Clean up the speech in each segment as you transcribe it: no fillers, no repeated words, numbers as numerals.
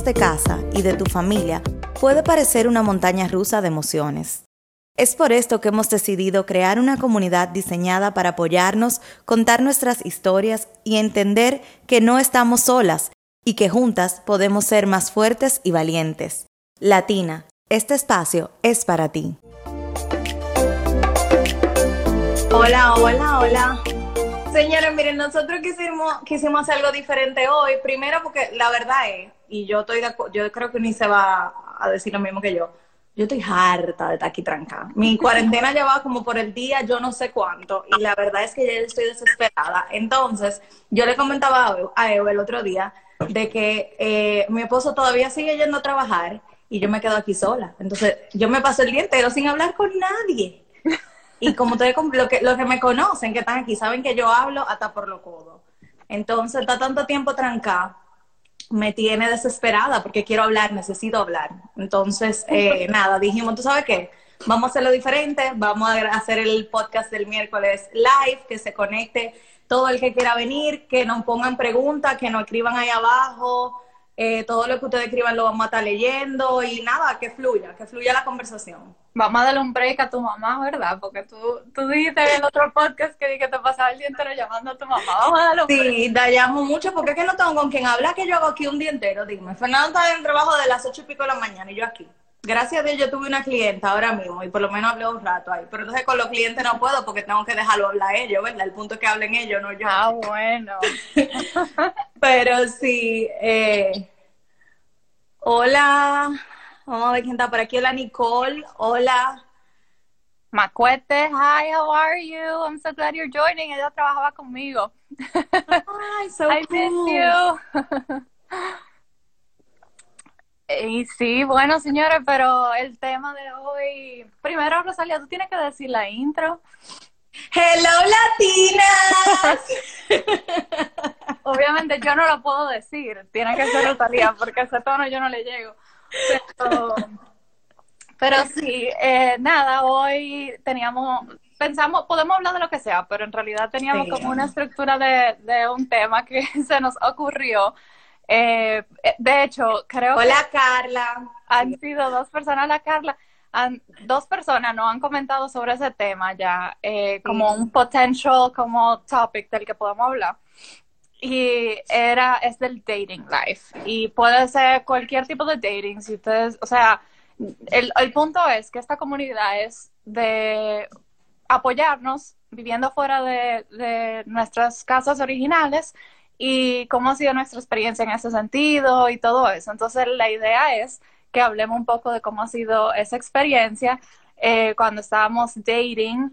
de casa y de tu familia puede parecer una montaña rusa de emociones. Es por esto que hemos decidido crear una comunidad diseñada para apoyarnos, contar nuestras historias y entender que no estamos solas y que juntas podemos ser más fuertes y valientes. Latina, este espacio es para ti. Hola, hola, hola. Señores, miren, nosotros quisimos hacer algo diferente hoy. Primero porque la verdad es, y yo creo que ni se va a decir lo mismo que yo estoy harta de estar aquí trancada. Mi cuarentena llevaba como por el día yo no sé cuánto, y la verdad es que ya estoy desesperada. Entonces, yo le comentaba a Evo el otro día de que mi esposo todavía sigue yendo a trabajar y yo me quedo aquí sola. Entonces, yo me paso el día entero sin hablar con nadie. Y como ustedes, los que me conocen, que están aquí, saben que yo hablo hasta por los codos. Entonces, está tanto tiempo trancada, me tiene desesperada porque quiero hablar, necesito hablar. Entonces, nada, dijimos, ¿tú sabes qué? Vamos a hacerlo diferente, vamos a hacer el podcast del miércoles live, que se conecte todo el que quiera venir, que nos pongan preguntas, que nos escriban ahí abajo, todo lo que ustedes escriban lo vamos a estar leyendo y nada, que fluya la conversación. Vamos a darle un break a tu mamá, ¿verdad? Porque tú dijiste en el otro podcast que te pasaba el día entero llamando a tu mamá. Vamos a darle un break. Sí, la llamo mucho porque es que no tengo con quien hablar, que yo hago aquí un día entero. Dime, Fernando está en el trabajo de las 8:00 de la mañana y yo aquí. Gracias a Dios yo tuve una clienta ahora mismo y por lo menos hablé un rato ahí. Pero entonces con los clientes no puedo porque tengo que dejarlo hablar ellos, ¿verdad? El punto es que hablen ellos, no yo. Ah, bueno. Pero sí, hola, vamos a ver quién está por aquí. Hola, Nicole, hola. Macuete, hi, how are you? I'm so glad you're joining. Ella trabajaba conmigo. Ay, so I miss you. Y sí, bueno, señores, pero el tema de hoy... Primero, Rosalía, tú tienes que decir la intro. ¡Hello, latinas! Obviamente yo no lo puedo decir, tiene que ser Rosalía, porque ese tono yo no le llego. Pero sí, nada, hoy pensamos, podemos hablar de lo que sea, pero en realidad teníamos como una estructura de un tema que se nos ocurrió. De hecho, creo Hola, Carla. Han sido dos personas, dos personas nos han comentado sobre ese tema ya, como un potential, como topic del que podemos hablar. Y es del dating life. Y puede ser cualquier tipo de dating, si ustedes, o sea, el punto es que esta comunidad es de apoyarnos viviendo fuera de nuestras casas originales y cómo ha sido nuestra experiencia en ese sentido y todo eso. Entonces la idea es que hablemos un poco de cómo ha sido esa experiencia cuando estábamos dating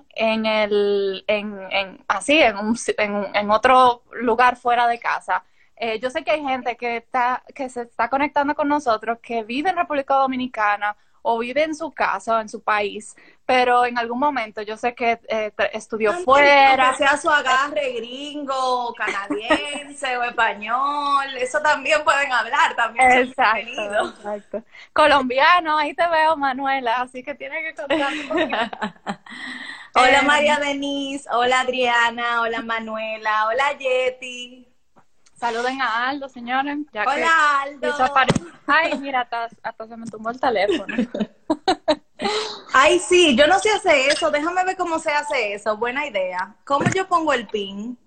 en otro lugar fuera de casa. Yo sé que hay gente que se está conectando con nosotros, que vive en República Dominicana o vive en su casa o en su país, pero en algún momento yo sé que estudió fuera. Que sea su agarre gringo, canadiense o español, eso también pueden hablar, también. Exacto. Colombiano, ahí te veo, Manuela, así que tienes que contar un poquito. Hola María Denise, hola Adriana, hola Manuela, hola Yeti. Saluden a Aldo, señores. Hola, Aldo. Ay, mira, hasta se me tumbó el teléfono. Ay, sí, yo no sé hacer eso. Déjame ver cómo se hace eso. Buena idea. ¿Cómo yo pongo el pin?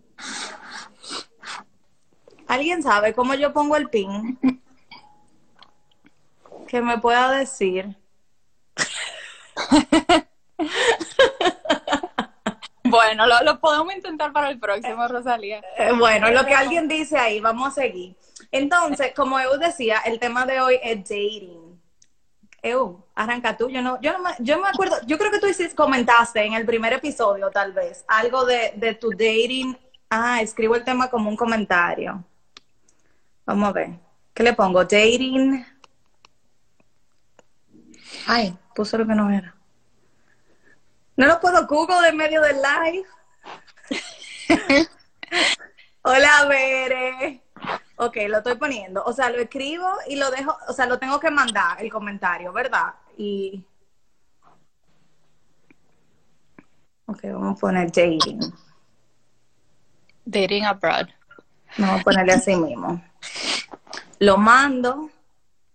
¿Alguien sabe cómo yo pongo el pin? Que me pueda decir. Bueno, lo podemos intentar para el próximo, Rosalía. Bueno, lo que alguien dice ahí, vamos a seguir. Entonces, como Eu decía, el tema de hoy es dating. Eu, arranca tú. Yo me acuerdo, yo creo que tú comentaste en el primer episodio, tal vez, algo de tu dating. Escribo el tema como un comentario. Vamos a ver. ¿Qué le pongo? Dating. Ay, puse lo que no era. No lo puedo Google en medio del live. Hola, Bere. Ok, lo estoy poniendo. O sea, lo escribo y lo dejo, o sea, lo tengo que mandar el comentario, ¿verdad? Y... Ok, vamos a poner dating. Dating abroad. Vamos a ponerle así mismo. Lo mando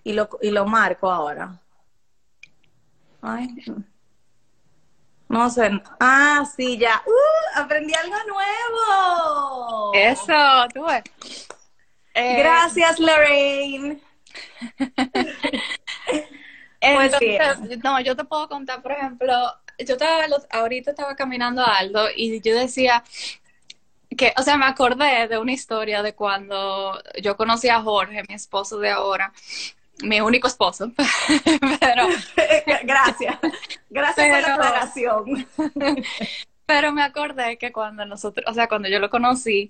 y lo marco ahora. Ay, no sé. Ah, sí, ya. Aprendí algo nuevo. Eso, tú ves. Gracias, Lorraine. Pues Entonces, bien. no, yo te puedo contar, por ejemplo, ahorita estaba caminando a Aldo y yo decía que, o sea, me acordé de una historia de cuando yo conocí a Jorge, mi esposo de ahora, mi único esposo, pero, Gracias. Gracias por la aclaración. pero me acordé que cuando nosotros, o sea, cuando yo lo conocí,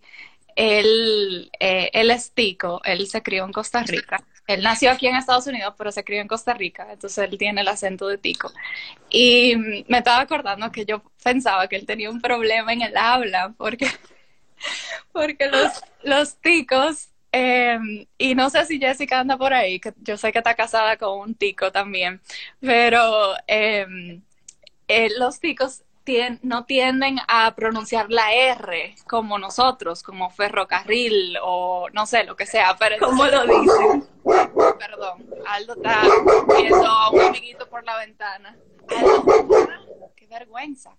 él es tico, él se crió en Costa Rica. Él nació aquí en Estados Unidos, pero se crió en Costa Rica, entonces él tiene el acento de tico. Y me estaba acordando que yo pensaba que él tenía un problema en el habla, porque los ticos, y no sé si Jessica anda por ahí, que yo sé que está casada con un tico también, pero los ticos no tienden a pronunciar la R como nosotros, como ferrocarril o no sé, lo que sea. Pero ¿Cómo lo dicen? Perdón, Aldo está viendo a un amiguito por la ventana. Aldo, qué vergüenza.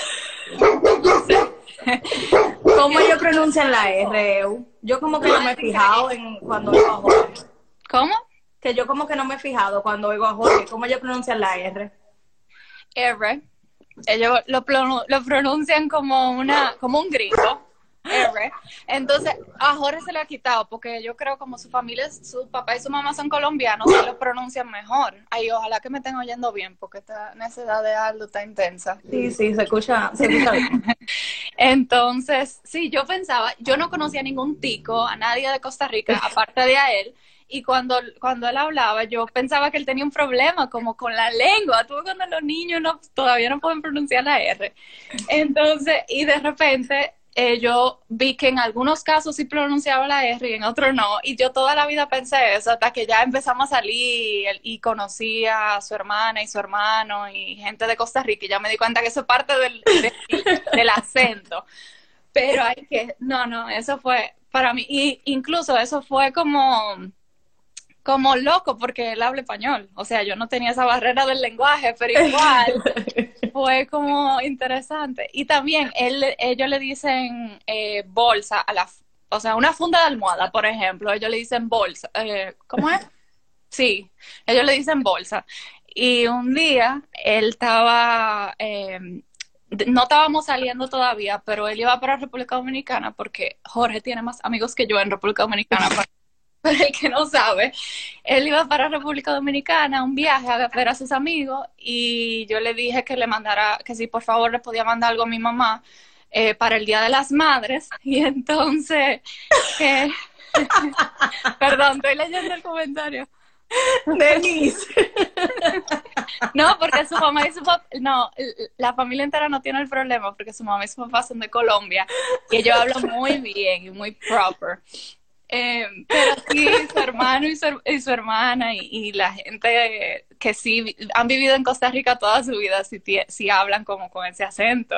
¿Cómo ellos pronuncian la R? Yo como que no me he fijado en cuando oigo a Jorge. ¿Cómo? Que yo como que no me he fijado cuando oigo a Jorge. ¿Cómo ellos pronuncian la R? R. Ellos lo pronuncian como un gringo. R. Entonces, a Jorge se le ha quitado, porque yo creo como su familia, su papá y su mamá son colombianos, y lo pronuncian mejor. Ay, ojalá que me estén oyendo bien, porque esta necesidad de Aldo está intensa. Sí, se escucha bien. Entonces, sí, yo pensaba, yo no conocía a ningún tico, a nadie de Costa Rica, aparte de a él, y cuando él hablaba, yo pensaba que él tenía un problema como con la lengua. Tú cuando los niños todavía no pueden pronunciar la R. Entonces, y de repente yo vi que en algunos casos sí pronunciaba la R y en otros no, y yo toda la vida pensé eso, hasta que ya empezamos a salir y conocí a su hermana y su hermano y gente de Costa Rica, y ya me di cuenta que eso es parte del acento. Pero no, eso fue para mí, y incluso eso fue como loco, porque él habla español, o sea, yo no tenía esa barrera del lenguaje, pero igual fue como interesante. Y también ellos le dicen bolsa o sea, una funda de almohada, por ejemplo, ellos le dicen bolsa, ¿cómo es? Sí, ellos le dicen bolsa. Y un día él estaba, no estábamos saliendo todavía, pero él iba para República Dominicana, porque Jorge tiene más amigos que yo en República Dominicana. Para el que no sabe, él iba para República Dominicana, un viaje a ver a sus amigos, y yo le dije que le mandara, que si por favor le podía mandar algo a mi mamá para el Día de las Madres. Y entonces, perdón, estoy leyendo el comentario. Denise. No, porque su mamá y su papá, no, la familia entera no tiene el problema, porque su mamá y su papá son de Colombia, y ellos hablan muy bien y muy proper. Pero sí, su hermano y su hermana y la gente que sí han vivido en Costa Rica toda su vida, sí hablan como con ese acento.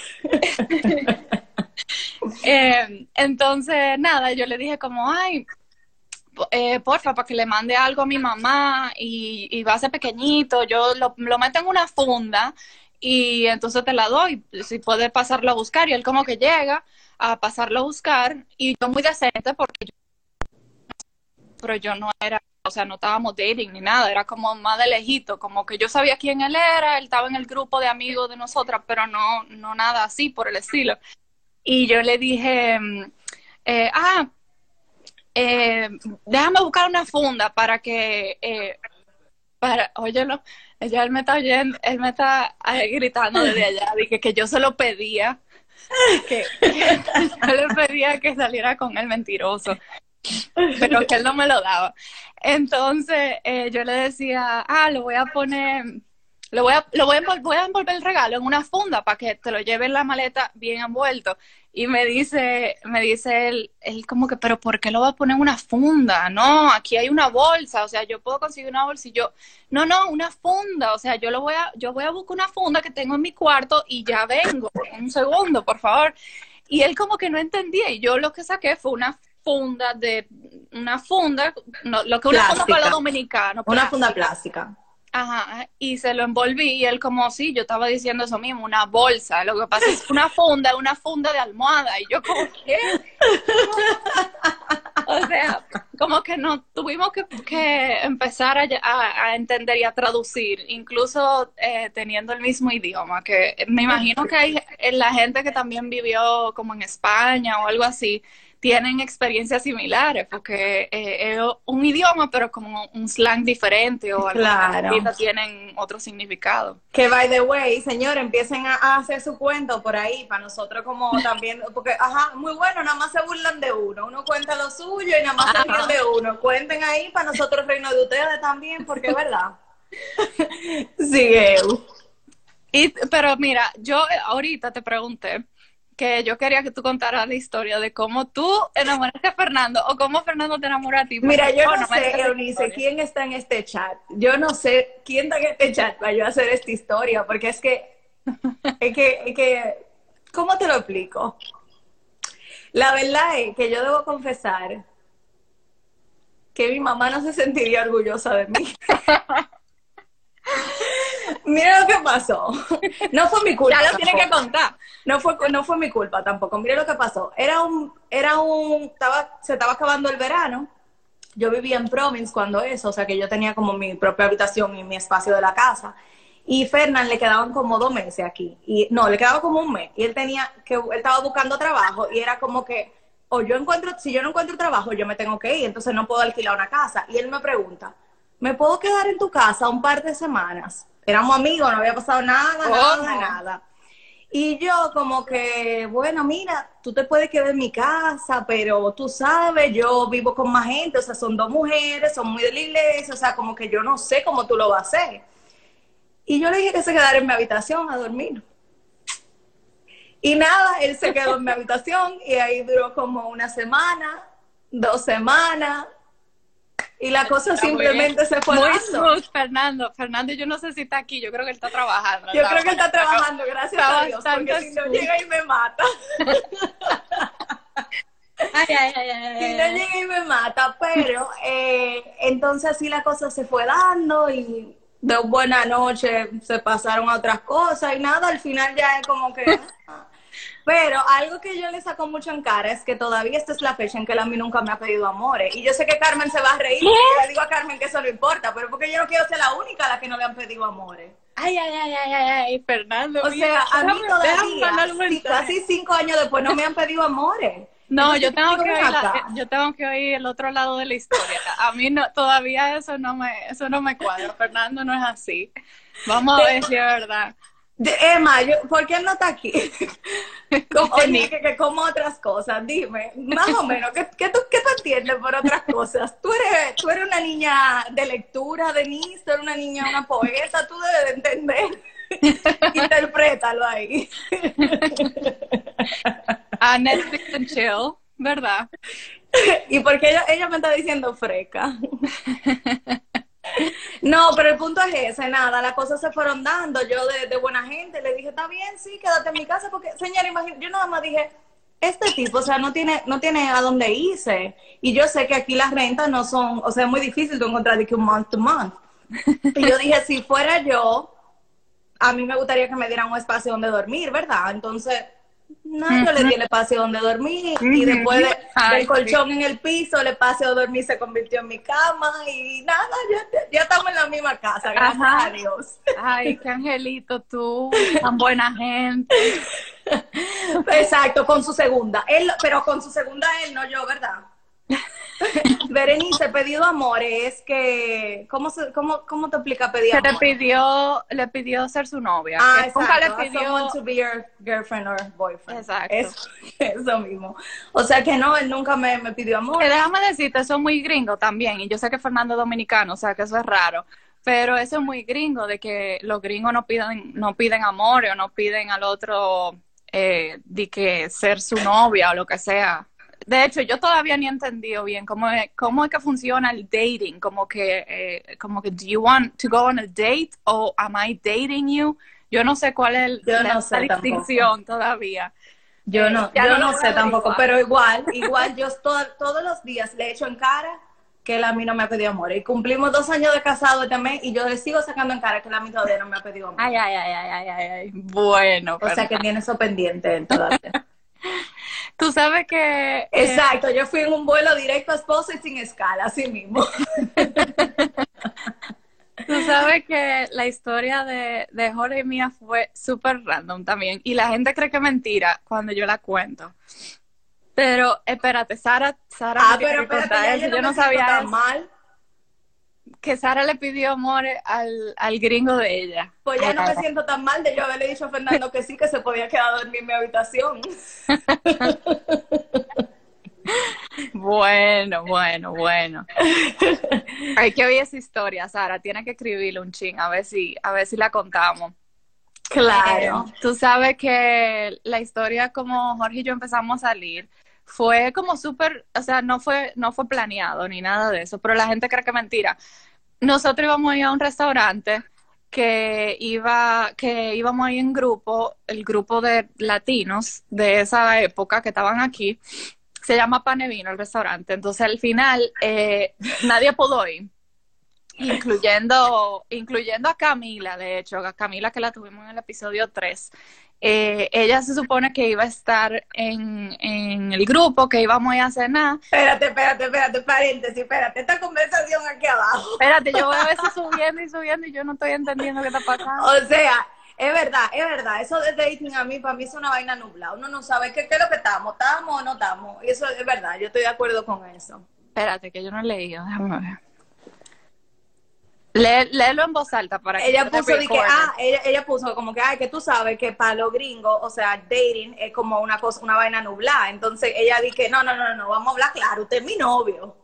Entonces, nada, yo le dije como, ay, porfa, para que le mande algo a mi mamá, y va a ser pequeñito, yo lo meto en una funda y entonces te la doy, si puedes pasarlo a buscar. Y él como que llega a pasarlo a buscar, y yo muy decente, pero yo no era, o sea, no estábamos dating ni nada, era como más de lejito, como que yo sabía quién él era, él estaba en el grupo de amigos de nosotras, pero no nada así por el estilo. Y yo le dije, déjame buscar una funda para que, óyelo, él me está oyendo, él me está gritando desde allá, dije que yo se lo pedía, que yo le pedía que saliera con el mentiroso, pero que él no me lo daba. Entonces yo le decía, lo voy a poner, voy a envolver el regalo en una funda para que te lo lleve en la maleta bien envuelto. Y me dice él como que, pero ¿por qué lo va a poner en una funda? No, aquí hay una bolsa, o sea, yo puedo conseguir una bolsa. Y yo, no, una funda, o sea, yo voy a buscar una funda que tengo en mi cuarto y ya vengo, un segundo, por favor. Y él como que no entendía, y yo lo que saqué fue funda lo que una funda para los dominicanos. Una funda plástica. Ajá, y se lo envolví y él como, sí, yo estaba diciendo eso mismo, una bolsa, lo que pasa es una funda de almohada, y yo como, ¿qué? O sea, como que no, tuvimos que empezar a entender y a traducir, incluso teniendo el mismo idioma, que me imagino que hay la gente que también vivió como en España o algo así, tienen experiencias similares, porque es un idioma, pero como un slang diferente, o algunas tienen otro significado. Que, by the way, señores, empiecen a hacer su cuento por ahí, para nosotros como también, porque, muy bueno, nada más se burlan de uno cuenta lo suyo y nada más se ríen de uno. Cuenten ahí para nosotros reino de ustedes también, porque es verdad. Sigue. Pero mira, yo ahorita te pregunté que yo quería que tú contaras la historia de cómo tú enamoraste a Fernando o cómo Fernando te enamoró a ti. Mira, yo no sé, Eunice, quién está en este chat. Yo no sé quién está en este chat para yo hacer esta historia, porque es que, ¿cómo te lo explico? La verdad es que yo debo confesar que mi mamá no se sentiría orgullosa de mí. Mira lo que pasó. No fue mi culpa. Ya lo tiene que contar. No fue mi culpa tampoco. Mira lo que pasó. Se estaba acabando el verano. Yo vivía en Province cuando eso, o sea que yo tenía como mi propia habitación y mi espacio de la casa. Y Fernán le quedaban como 2 meses aquí. Le quedaba como 1 mes. Y él estaba buscando trabajo y era como que, si yo no encuentro trabajo, yo me tengo que ir, entonces no puedo alquilar una casa. Y él me pregunta, ¿me puedo quedar en tu casa un par de semanas? Éramos amigos, no había pasado nada. Y yo como que, bueno, mira, tú te puedes quedar en mi casa, pero tú sabes, yo vivo con más gente, o sea, son 2 mujeres, son muy de la iglesia, o sea, como que yo no sé cómo tú lo vas a hacer. Y yo le dije que se quedara en mi habitación a dormir. Y nada, él se quedó en mi habitación y ahí duró como 1 semana, 2 semanas. Y la cosa simplemente se fue muy dando. Smooth, Fernando, yo no sé si está aquí, yo creo que él está trabajando. Yo creo que él está trabajando, gracias a Dios, porque si no llega y me mata. Si no llega y me mata, pero entonces así la cosa se fue dando y de buena noche se pasaron a otras cosas y nada, al final ya es como que... Pero algo que yo le saco mucho en cara es que todavía esta es la fecha en que él a mí nunca me ha pedido amores. Y yo sé que Carmen se va a reír, y yo le digo a Carmen que eso no importa, pero porque yo no quiero ser la única a la que no le han pedido amores. Ay, Fernando. O sea, a mí todavía, casi 5 años después, no me han pedido amores. No, yo tengo que oír el otro lado de la historia. A mí no, todavía eso no me cuadra. Fernando no es así. Vamos a ver si es verdad. Emma, ¿por qué él no está aquí? Oye, que como otras cosas, dime, más o menos, ¿qué tú entiendes por otras cosas? Tú eres una niña de lectura, Denise, tú eres una niña, una poeta, tú debes de entender. Interprétalo ahí. Netflix and chill, ¿verdad? ¿Y por qué ella me está diciendo freca? No, pero el punto es ese, nada, las cosas se fueron dando, yo de buena gente le dije, está bien, sí, quédate en mi casa, porque, señora, imagínate, yo nada más dije, este tipo, o sea, no tiene a dónde irse, y yo sé que aquí las rentas no son, o sea, es muy difícil de encontrar de que un month to month, y yo dije, si fuera yo, a mí me gustaría que me dieran un espacio donde dormir, ¿verdad? Entonces... No, yo le di el espacio donde dormir y después del colchón en el piso, el espacio de dormir se convirtió en mi cama y nada, ya estamos en la misma casa, gracias a Dios. Ay, qué angelito tú, tan buena gente. Exacto, con su segunda, pero con su segunda él, no yo, ¿verdad? Berenice, pedido amor es que ¿cómo te explica pedir amor? Le pidió ser su novia. Exacto. Nunca le pidió someone to be your girlfriend or boyfriend. Exacto. Eso mismo. O sea que no, él nunca me pidió amor. Déjame decirte, eso es muy gringo también, y yo sé que Fernando es dominicano, o sea que eso es raro, pero eso es muy gringo, de que los gringos no piden amor o no piden al otro de que ser su novia o lo que sea. De hecho, yo todavía ni he entendido bien cómo es que funciona el dating, como que, do you want to go on a date o am I dating you? Yo no sé cuál es la distinción todavía. Yo no, ya yo no lo no voy a sé tampoco, averiguar. pero igual yo todos los días le echo en cara que él a mí no me ha pedido amor. Y cumplimos 2 años de casado este mes y yo le sigo sacando en cara que él a mí todavía no me ha pedido amor. Ay, ay, ay, ay, ay, ay, ay. Bueno, O sea que tiene eso pendiente él todavía. tú sabes que Exacto, yo fui en un vuelo directo a esposa y sin escala, así mismo. tú sabes que la historia de Jorge y mía fue súper random también. Y la gente cree que es mentira cuando yo la cuento. Pero espérate, Sara me tiene Pero que espérate, contar ya eso. yo no Yo me no siento sabía tan eso, mal. que Sara le pidió amor al gringo de ella. Pues ya Ay, no ay, me siento tan mal de yo haberle dicho a Fernando que sí, que se podía quedar a dormir en mi habitación. Bueno, bueno, bueno. Hay que oír esa historia, Sara. Tiene que escribirle un chin, a ver si la contamos. Claro. Tú sabes que la historia como Jorge y yo empezamos a salir fue como súper, o sea, no fue planeado ni nada de eso, pero la gente cree que es mentira. Nosotros íbamos a ir a un restaurante que íbamos a ir en grupo, el grupo de latinos de esa época que estaban aquí. Se llama Pane Vino el restaurante. Entonces al final nadie pudo ir, incluyendo a Camila, de hecho, a Camila que la tuvimos en el episodio 3. Ella se supone que iba a estar en el grupo, que íbamos a ir a cenar. Espérate, paréntesis, espérate, esta conversación aquí abajo. Espérate, yo voy a veces subiendo y yo no estoy entendiendo qué está pasando. O sea, es verdad, eso de dating para mí es una vaina nublada. Uno no sabe qué es lo que estamos o no estamos. Y eso es verdad, yo estoy de acuerdo con eso. Espérate, que yo no he leído, déjame ver. Léelo en voz alta para que ella puso de que ella puso como que que tú sabes que para los gringos, o sea, dating es como una cosa, una vaina nublada. Entonces ella dice que no, vamos a hablar claro, usted es mi novio.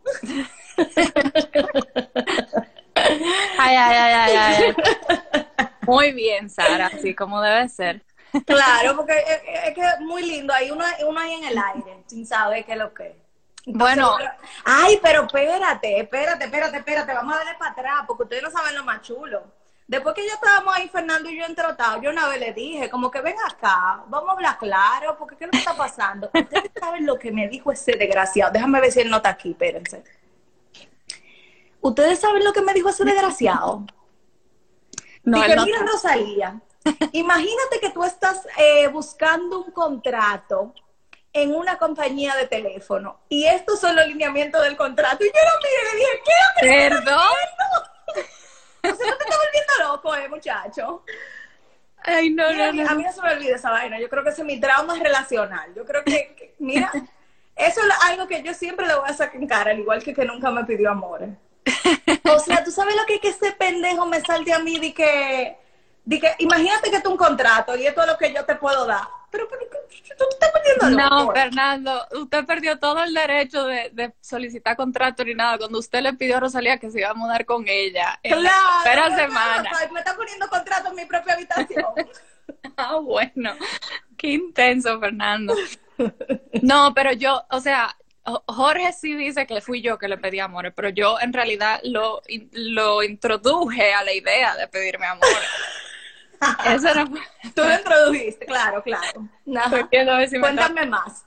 Ay. Muy bien, Sara, así como debe ser. Claro, porque es que es muy lindo, ahí uno ahí en el aire, sin saber qué es lo que es. Entonces, Bueno. Ay, pero espérate, vamos a darle para atrás, porque ustedes no saben lo más chulo. Después que ya estábamos ahí, Fernando y yo entrotados, yo una vez le dije, como que ven acá, vamos a hablar claro, porque ¿qué es lo que está pasando? Ustedes saben lo que me dijo ese desgraciado. Déjame ver si él no está aquí, espérense. ¿Ustedes saben lo que me dijo ese desgraciado? No, Dije, no. mira, Rosalía, imagínate que tú estás buscando un contrato en una compañía de teléfono y estos son los lineamientos del contrato. Y yo lo miré y le dije, ¿qué es lo que ¿Perdón? o sea, no te está volviendo loco, muchacho. Ay, no. A mí no se me olvida esa vaina. Yo creo que ese es mi trauma relacional. Yo creo que mira, eso es algo que yo siempre le voy a sacar en cara, al igual que nunca me pidió amor. O sea, ¿tú sabes lo que es que ese pendejo me salte a mí de que imagínate que tú un contrato y esto es lo que yo te puedo dar? Pero tú te estás poniendo loco. No, Fernando, usted perdió todo el derecho de solicitar contrato ni nada cuando usted le pidió a Rosalía que se iba a mudar con ella en la primera semana. Me está poniendo contrato en mi propia habitación. Ah, bueno, qué intenso, Fernando. No, pero yo, o sea, Jorge sí dice que fui yo que le pedí amores, pero yo en realidad lo introduje a la idea de pedirme amores. Eso no fue. Tú lo introdujiste, claro. Cuéntame más.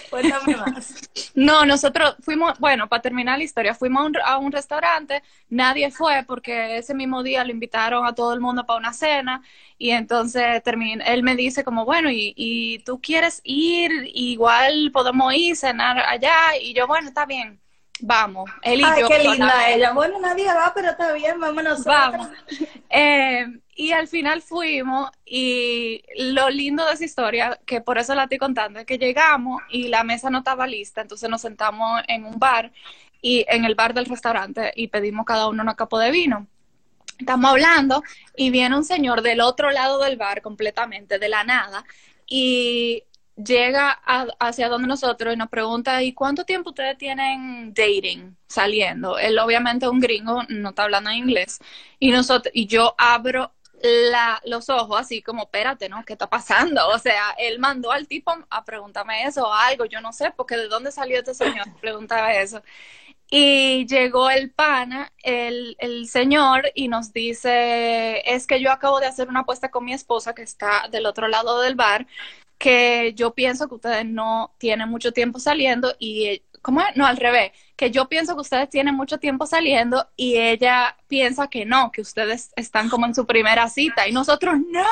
No, nosotros fuimos, bueno, para terminar la historia, fuimos a un restaurante, nadie fue porque ese mismo día lo invitaron a todo el mundo para una cena y entonces él me dice como, bueno, y tú quieres ir, igual podemos ir, cenar allá, y yo, bueno, está bien, vamos. Él y Ay, yo. qué linda ella. Bueno, nadie va, pero está bien, vámonos. Vamos. Y al final fuimos y lo lindo de esa historia, que por eso la estoy contando, es que llegamos y la mesa no estaba lista, entonces nos sentamos en un bar, y en el bar del restaurante, y pedimos cada uno una copa de vino. Estamos hablando y viene un señor del otro lado del bar completamente, de la nada, y llega hacia donde nosotros y nos pregunta, ¿y cuánto tiempo ustedes tienen dating, saliendo? Él obviamente es un gringo, no está hablando en inglés, y yo abro los ojos así como, espérate, ¿no? ¿Qué está pasando? O sea, él mandó al tipo a preguntarme eso o algo, yo no sé, porque ¿de dónde salió este señor? Preguntaba eso. Y llegó el pana, el señor, y nos dice, es que yo acabo de hacer una apuesta con mi esposa que está del otro lado del bar, que yo pienso que ustedes no tienen mucho tiempo saliendo y, ¿cómo es? No, al revés, que yo pienso que ustedes tienen mucho tiempo saliendo y ella piensa que no, que ustedes están como en su primera cita y nosotros, no,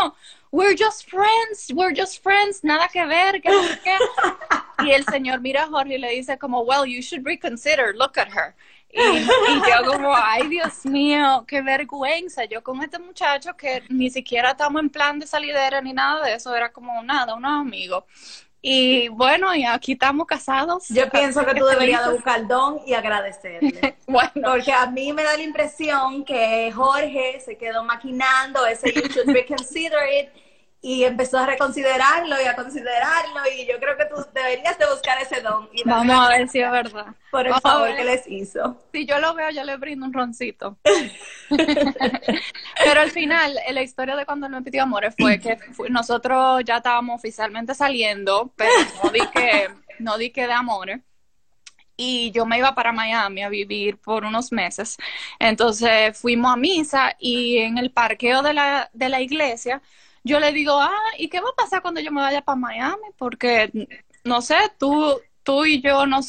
we're just friends, nada que ver, que no sé qué. Y el señor mira a Jorge y le dice como, well, you should reconsider, look at her. Y yo como, ay, Dios mío, qué vergüenza. Yo con este muchacho que ni siquiera estamos en plan de salidera ni nada de eso, era como nada, unos amigos. Y bueno, y aquí estamos casados. Yo pienso que tú deberías de buscar don y agradecerle. Bueno. Porque a mí me da la impresión que Jorge se quedó maquinando ese you should reconsider it y empezó a reconsiderarlo y a considerarlo y yo creo que tú deberías de buscar ese don. Y vamos a ver si es verdad. Por el favor que les hizo. Si yo lo veo, yo le brindo un roncito. Pero al final, la historia de cuando él me pidió amores fue que nosotros ya estábamos oficialmente saliendo, pero no di que de amores. Y yo me iba para Miami a vivir por unos meses. Entonces fuimos a misa y en el parqueo de la iglesia yo le digo, ¿y qué va a pasar cuando yo me vaya para Miami? Porque, no sé, tú y yo no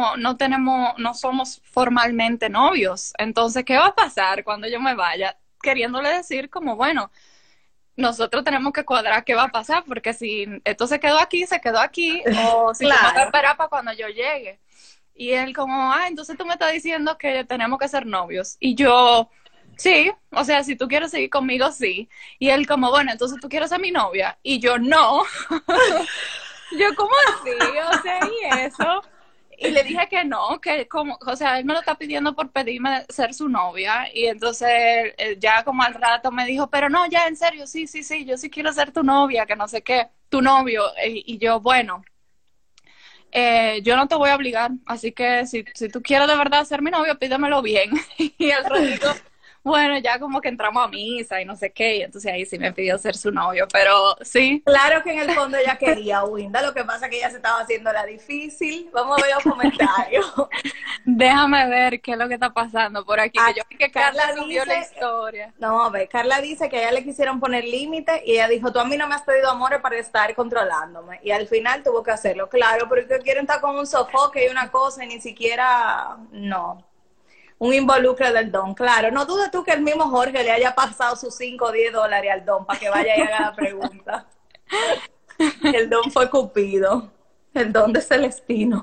somos formalmente novios. Entonces, ¿qué va a pasar cuando yo me vaya? Queriéndole decir como, bueno, nosotros tenemos que cuadrar qué va a pasar, porque si esto se quedó aquí, o si tengo que esperar para cuando yo llegue. Y él como, entonces tú me estás diciendo que tenemos que ser novios. Y yo, sí, o sea, si tú quieres seguir conmigo, sí. Y él como, bueno, entonces tú quieres ser mi novia. Y yo, no. Yo, ¿cómo así? O sea, ¿y eso? Y le dije que no, que como, o sea, él me lo está pidiendo por pedirme ser su novia. Y entonces ya como al rato me dijo, pero no, ya en serio, sí, yo sí quiero ser tu novia, que no sé qué, tu novio. Y yo, bueno, yo no te voy a obligar, así que si tú quieres de verdad ser mi novio, pídemelo bien. Y al ratito, bueno, ya como que entramos a misa y no sé qué, y entonces ahí sí me pidió ser su novio, pero sí. Claro que en el fondo ella quería, Winda, lo que pasa es que ella se estaba haciendo la difícil. Vamos a ver los comentarios. Déjame ver qué es lo que está pasando por aquí, que yo vi que Carla subió la dice, historia. No, a ver, Carla dice que a ella le quisieron poner límite y ella dijo, tú a mí no me has pedido amores para estar controlándome, y al final tuvo que hacerlo, claro, porque quieren estar con un sofoque y una cosa y ni siquiera, no. Un involucro del don, claro. No dudes tú que el mismo Jorge le haya pasado sus 5 o 10 dólares al don para que vaya y haga la pregunta. El don fue Cupido. El don de Celestino.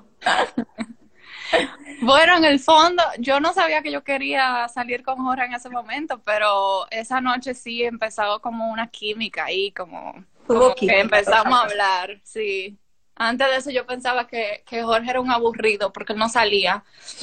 Bueno, en el fondo, yo no sabía que yo quería salir con Jorge en ese momento, pero esa noche sí empezó como una química ahí, como que empezamos a hablar, sí. Antes de eso yo pensaba que Jorge era un aburrido porque él no salía.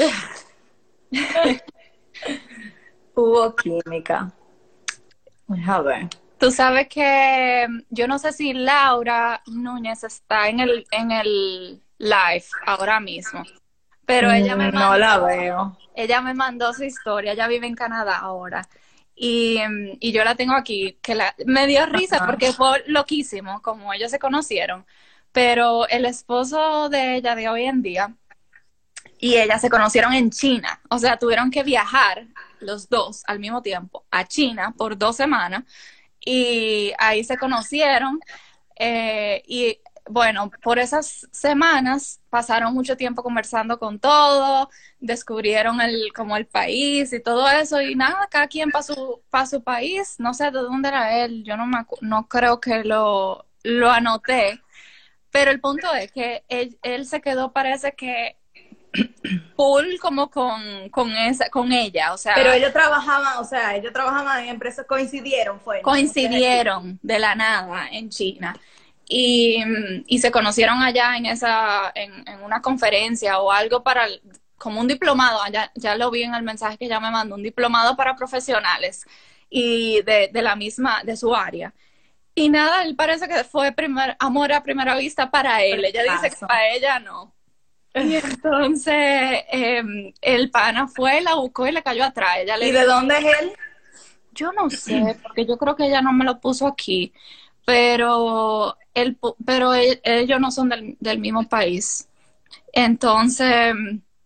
Hubo química. A ver. Tú sabes que yo no sé si Laura Núñez está en el live ahora mismo, pero ella me mandó, no la veo. Ella me mandó su historia. Ella vive en Canadá ahora y yo la tengo aquí, que me dio risa porque fue loquísimo como ellos se conocieron, pero el esposo de ella de hoy en día y ella se conocieron en China, o sea, tuvieron que viajar los dos al mismo tiempo a China por 2 semanas y ahí se conocieron y bueno, por esas semanas pasaron mucho tiempo conversando con todo, descubrieron como el país y todo eso y nada, cada quien para su país, no sé de dónde era él, yo no creo que lo anoté, pero el punto es que él se quedó, parece que full como con ella, o sea. Pero ellos trabajaban en empresas, coincidieron de la nada en China y se conocieron allá en una conferencia o algo como un diplomado, ya lo vi en el mensaje que ella me mandó, un diplomado para profesionales y de su área. Y nada, él parece que fue amor a primera vista para él. Ella dice que para ella no. Y entonces el pana fue, la buscó y le cayó atrás. ¿Y de dónde es él? Yo no sé, porque yo creo que ella no me lo puso aquí, pero ellos no son del mismo país. Entonces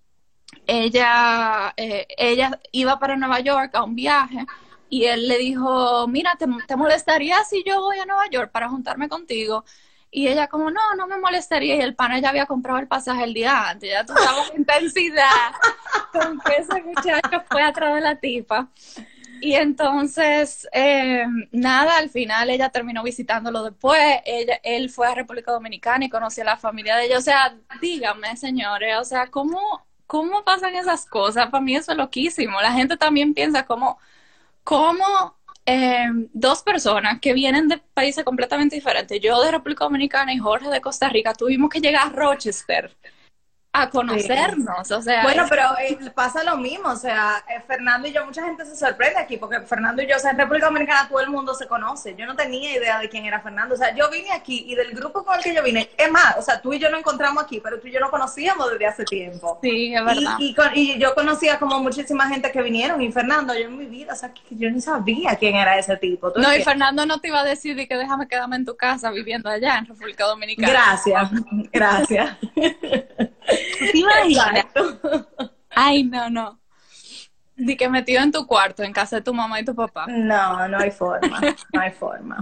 ella iba para Nueva York a un viaje y él le dijo, mira, ¿te molestaría si yo voy a Nueva York para juntarme contigo? Y ella como, no, no me molestaría. Y el pana ya había comprado el pasaje el día antes. Ya tú sabes la intensidad con que ese muchacho fue atrás de la tipa. Y entonces, nada, al final ella terminó visitándolo después. Él fue a República Dominicana y conoció a la familia de ella. O sea, díganme, señores, o sea, ¿cómo pasan esas cosas? Para mí eso es loquísimo. La gente también piensa cómo dos personas que vienen de países completamente diferentes, yo de República Dominicana y Jorge de Costa Rica, tuvimos que llegar a Rochester a conocernos, o sea... Bueno, pero pasa lo mismo, o sea, Fernando y yo, mucha gente se sorprende aquí, porque Fernando y yo, o sea, en República Dominicana todo el mundo se conoce, yo no tenía idea de quién era Fernando, o sea, yo vine aquí y del grupo con el que yo vine, es más, o sea, tú y yo nos encontramos aquí, pero tú y yo nos conocíamos desde hace tiempo. Sí, es verdad. Y yo conocía como muchísima gente que vinieron, y Fernando, yo en mi vida, o sea, que yo ni sabía quién era ese tipo. No, y Fernando no te iba a decir que déjame quedarme en tu casa viviendo allá en República Dominicana. Gracias, gracias. ¿Te imaginas? Ay, no. Di que metido en tu cuarto, en casa de tu mamá y tu papá. No, no hay forma, no hay forma.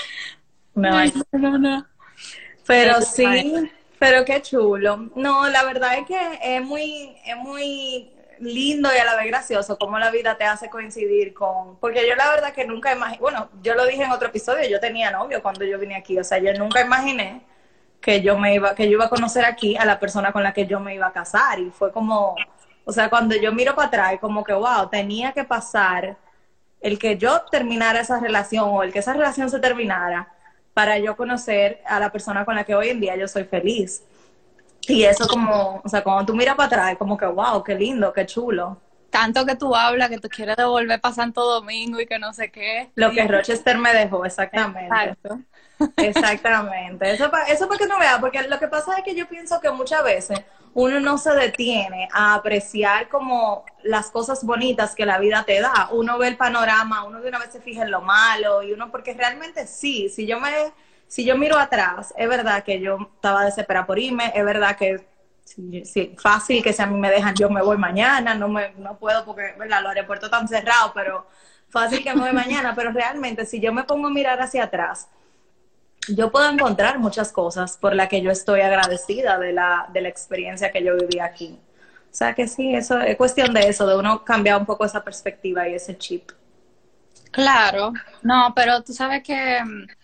No. Pero sí, pero qué chulo. No, la verdad es que es muy lindo y a la vez gracioso cómo la vida te hace coincidir porque yo la verdad que nunca imaginé, bueno, yo lo dije en otro episodio, yo tenía novio cuando yo vine aquí, o sea, yo nunca imaginé que yo iba a conocer aquí a la persona con la que yo me iba a casar, y fue como, o sea, cuando yo miro para atrás, como que wow, tenía que pasar el que yo terminara esa relación o el que esa relación se terminara para yo conocer a la persona con la que hoy en día yo soy feliz. Y eso como, o sea, cuando tú miras para atrás, como que wow, qué lindo, qué chulo. Tanto que tú hablas, que tú quieres devolver para Santo Domingo y que no sé qué. Lo que Rochester me dejó, exactamente. Exacto. Exactamente. Eso para que no veas, porque lo que pasa es que yo pienso que muchas veces uno no se detiene a apreciar como las cosas bonitas que la vida te da. Uno ve el panorama, uno de una vez se fija en lo malo, y uno, porque realmente sí, si yo miro atrás, es verdad que yo estaba desesperada por irme, es verdad que sí, fácil que si a mí me dejan, yo me voy mañana, no puedo porque, ¿verdad?, los aeropuertos están cerrados, pero fácil que me voy mañana, pero realmente si yo me pongo a mirar hacia atrás, yo puedo encontrar muchas cosas por las que yo estoy agradecida de la experiencia que yo viví aquí. O sea que sí, eso es cuestión de eso, de uno cambiar un poco esa perspectiva y ese chip. Claro, no, pero tú sabes que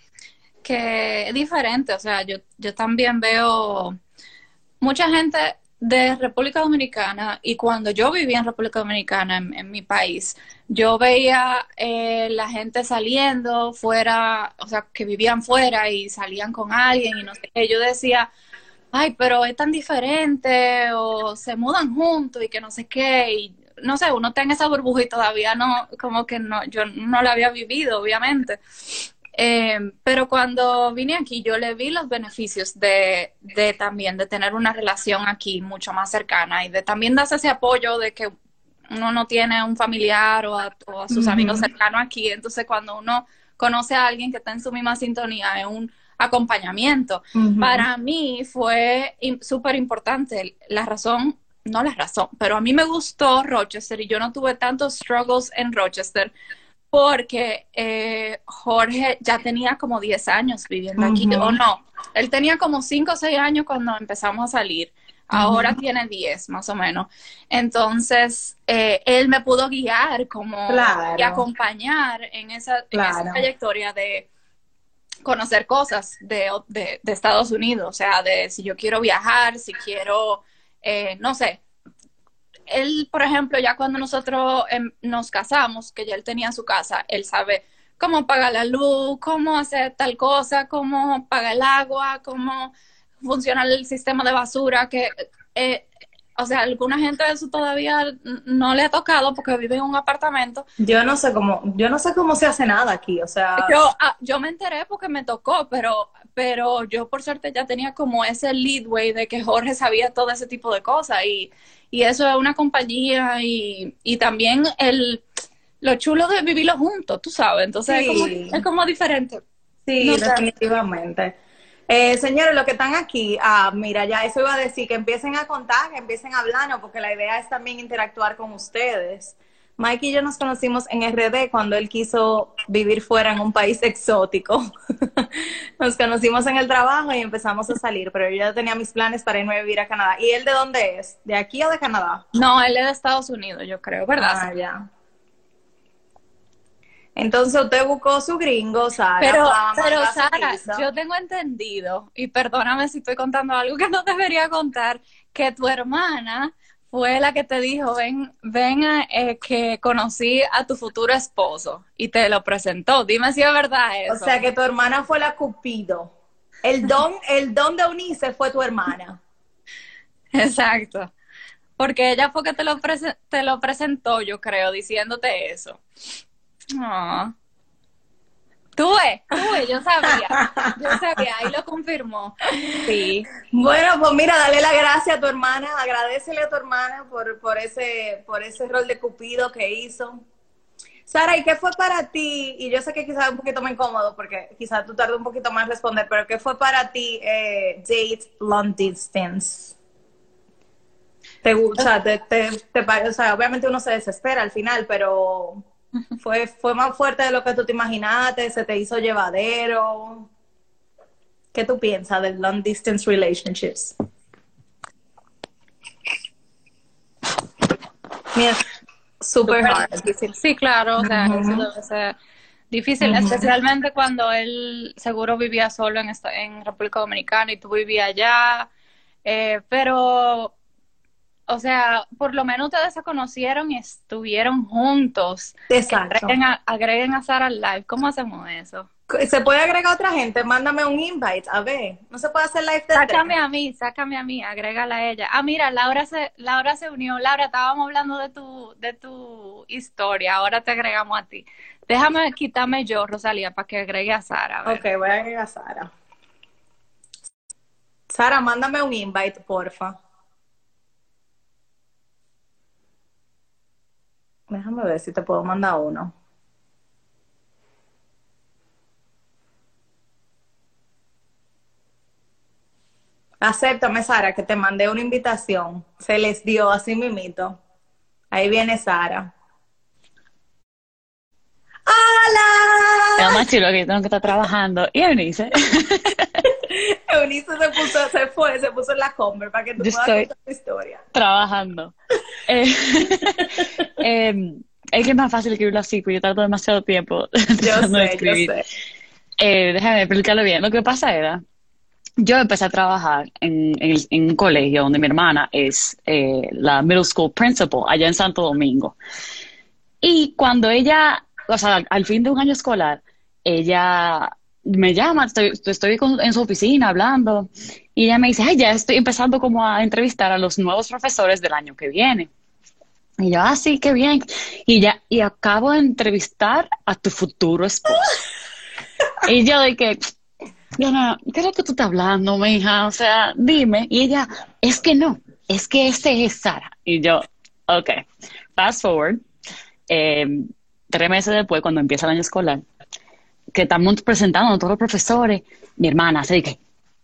es diferente, o sea, yo también veo mucha gente de República Dominicana, y cuando yo vivía en República Dominicana, en mi país, yo veía la gente saliendo fuera, o sea, que vivían fuera y salían con alguien y no sé qué. Yo decía, ay, pero es tan diferente, o se mudan juntos y que no sé qué, y no sé, uno está en esa burbuja y todavía no, como que no, yo no la había vivido, obviamente. Pero cuando vine aquí yo le vi los beneficios de también de tener una relación aquí mucho más cercana, y de también darse ese apoyo de que uno no tiene un familiar o a sus amigos cercanos aquí, entonces cuando uno conoce a alguien que está en su misma sintonía es un acompañamiento. Para mí fue súper importante pero a mí me gustó Rochester y yo no tuve tantos struggles en Rochester porque Jorge ya tenía como 10 años viviendo aquí, o no, él tenía como 5 o 6 años cuando empezamos a salir, ahora tiene 10 más o menos, entonces él me pudo guiar como y acompañar en esa trayectoria de conocer cosas de Estados Unidos, o sea, de si yo quiero viajar, si quiero, no sé. Él, por ejemplo, ya cuando nosotros nos casamos, que ya él tenía su casa, él sabe cómo pagar la luz, cómo hacer tal cosa, cómo pagar el agua, cómo funciona el sistema de basura, que, o sea, alguna gente eso todavía no le ha tocado porque vive en un apartamento. Yo no sé cómo se hace nada aquí, o sea. Yo me enteré porque me tocó, pero yo por suerte ya tenía como ese leadway de que Jorge sabía todo ese tipo de cosas, y eso es una compañía, y también lo chulo de vivirlo juntos, tú sabes, entonces sí. es como diferente. Sí, no, definitivamente. Señores, los que están aquí, mira, ya eso iba a decir, que empiecen a contar, que empiecen a hablarnos, porque la idea es también interactuar con ustedes. Mike y yo nos conocimos en RD cuando él quiso vivir fuera en un país exótico. Nos conocimos en el trabajo y empezamos a salir, pero yo ya tenía mis planes para irme a vivir a Canadá. ¿Y él de dónde es? ¿De aquí o de Canadá? No, él es de Estados Unidos, yo creo, ¿verdad? Ah, ya. Entonces usted buscó su gringo, Sara. Pero Sara, Sara, yo tengo entendido, y perdóname si estoy contando algo que no debería contar, que tu hermana fue la que te dijo, que conocí a tu futuro esposo y te lo presentó. Dime si es verdad eso. O sea que tu hermana fue la Cupido. El don de Eunice fue tu hermana. Exacto. Porque ella fue que te lo presentó, yo creo, diciéndote eso. Oh. Tuve, yo sabía, ahí lo confirmó. Sí. Bueno, pues mira, dale la gracia a tu hermana, agradécele a tu hermana por ese rol de Cupido que hizo. Sara, ¿y qué fue para ti? Y yo sé que quizás es un poquito más incómodo porque quizás tú tardes un poquito más en responder, pero ¿qué fue para ti date long distance? ¿Te gusta? O sea, obviamente uno se desespera al final, pero fue más fuerte de lo que tú te imaginaste, se te hizo llevadero. ¿Qué tú piensas de long distance relationships? Mira, super hard. Difícil. Sí, claro, o sea, eso debe ser difícil, especialmente cuando él seguro vivía solo en República Dominicana y tú vivías allá, pero, o sea, por lo menos ustedes se conocieron y estuvieron juntos. Exacto. Agreguen a Sara al live. ¿Cómo hacemos eso? ¿Se puede agregar otra gente? Mándame un invite, a ver. No se puede hacer live de Sácame a mí, agrégala a ella. Ah, mira, Laura se unió. Laura, estábamos hablando de tu historia, ahora te agregamos a ti. Déjame quitarme yo, Rosalía, para que agregue a Sara. Ok, voy a agregar a Sara. Sara, mándame un invite, porfa. Déjame ver si te puedo mandar uno. Acéptame, Sara, que te mandé una invitación. Se les dio así mimito. Ahí viene Sara. ¡Hola! Es más chulo que yo tengo que estar trabajando. Y Eunice. Eunice se puso en la Converse para que tú puedas contar tu historia. Trabajando. Es que es más fácil escribirlo así, porque yo tardo demasiado tiempo. Yo sé. Déjame explicarlo bien. Lo que pasa era, yo empecé a trabajar en un colegio donde mi hermana es la middle school principal, allá en Santo Domingo. Y cuando ella, o sea, al fin de un año escolar, ella me llama, estoy en su oficina hablando, y ella me dice, ay, ya estoy empezando como a entrevistar a los nuevos profesores del año que viene. Y yo, sí, qué bien. Y acabo de entrevistar a tu futuro esposo. Y yo de que, Diana, ¿qué es lo que tú estás hablando, mija? O sea, dime. Y ella, es que no, es que ese es Sara. Y yo, ok, fast forward. 3 meses después, cuando empieza el año escolar, que estamos presentando a todos los profesores, mi hermana hace de que,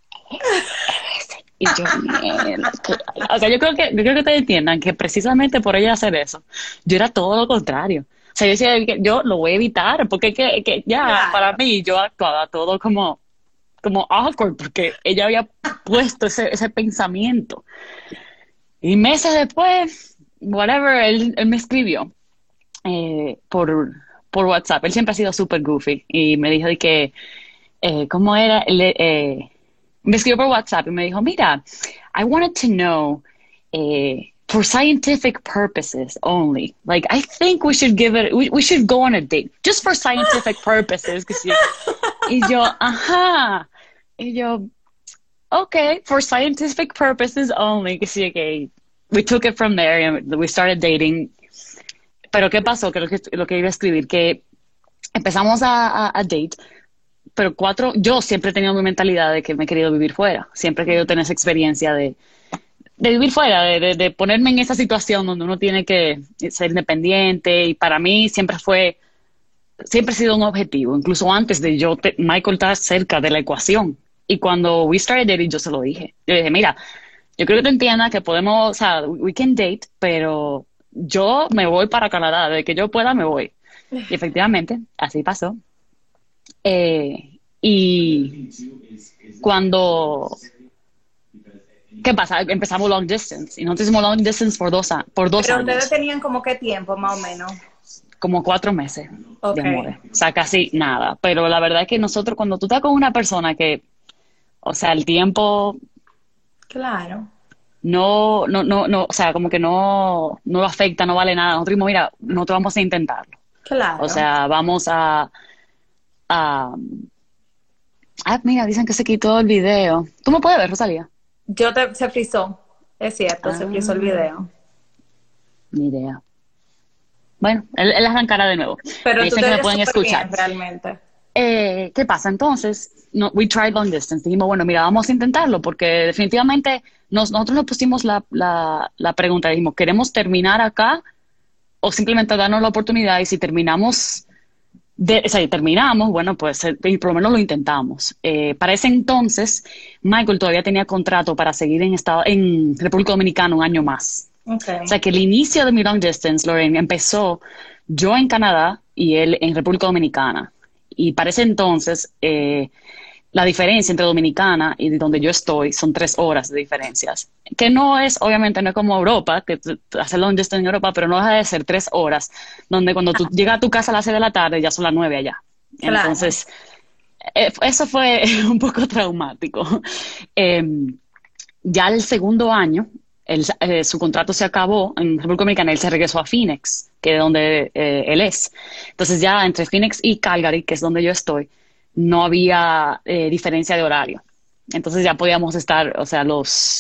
y yo, mierda. O sea, yo creo que ustedes entiendan que precisamente por ella hacer eso, yo era todo lo contrario. O sea, yo decía que yo lo voy a evitar, porque que ya, claro, para mí, yo actuaba todo como awkward, porque ella había puesto ese pensamiento. Y meses después, whatever, él me escribió por WhatsApp. Él siempre ha sido súper goofy, y me dijo de que, ¿cómo era? Me escribió por WhatsApp y me dijo, mira, I wanted to know, for scientific purposes only, like, I think we should we should go on a date, just for scientific purposes. Y yo, ajá. Y yo, okay, for scientific purposes only. Que we took it from there and we started dating. Pero ¿qué pasó? Que lo que iba a escribir, que empezamos a date, pero yo siempre he tenido mi mentalidad de que me he querido vivir fuera. Siempre he querido tener esa experiencia de vivir fuera, de ponerme en esa situación donde uno tiene que ser independiente. Y para mí siempre ha sido un objetivo. Incluso antes de Michael estaba cerca de la ecuación. Y cuando we started dating, yo se lo dije. Yo le dije, mira, yo creo que te entienda que podemos, o sea, we can date, pero yo me voy para Canadá. De que yo pueda, me voy. Y efectivamente, así pasó. Y cuando, ¿qué pasa? Empezamos long distance y nosotros hicimos long distance por dos Pero años. ustedes tenían como qué tiempo, más o menos. Como 4 meses Ok. de amor. O sea, casi nada. Pero la verdad es que nosotros, cuando tú estás con una persona que, o sea, el tiempo Claro. no, o sea, como que no lo afecta, no vale nada. Nosotros dijimos, mira, nosotros vamos a intentarlo. Claro. O sea, vamos a... Ah, mira, dicen que se quitó el video. ¿Tú me puedes ver, Rosalía? Se frizó. Es cierto, se frizó el video. Ni idea. Bueno, él arrancará de nuevo. Pero Me tú dicen te que me ves pueden súper escuchar. bien, realmente. ¿Qué pasa? Entonces, we tried long distance. Dijimos, bueno, mira, vamos a intentarlo porque definitivamente nosotros nos pusimos la pregunta. Dijimos, ¿queremos terminar acá o simplemente darnos la oportunidad? Y si terminamos, o sea, terminamos, bueno, pues por lo menos lo intentamos. Para ese entonces, Michael todavía tenía contrato para seguir en República Dominicana un año más. Okay. O sea, que el inicio de mi long distance, Lorraine, empezó yo en Canadá y él en República Dominicana. Y para ese entonces, la diferencia entre Dominicana y donde yo estoy son 3 horas de diferencias. Que no es, obviamente, no es como Europa, que hace long distance en Europa, pero no deja de ser 3 horas, donde cuando tú llegas a tu casa a las 6 de la tarde, ya son las 9 allá. Claro. Entonces, eso fue un poco traumático. Ya el segundo año, su contrato se acabó en República Dominicana, él se regresó a Phoenix, que es donde él es. Entonces ya entre Phoenix y Calgary, que es donde yo estoy, no había diferencia de horario. Entonces ya podíamos estar, o sea,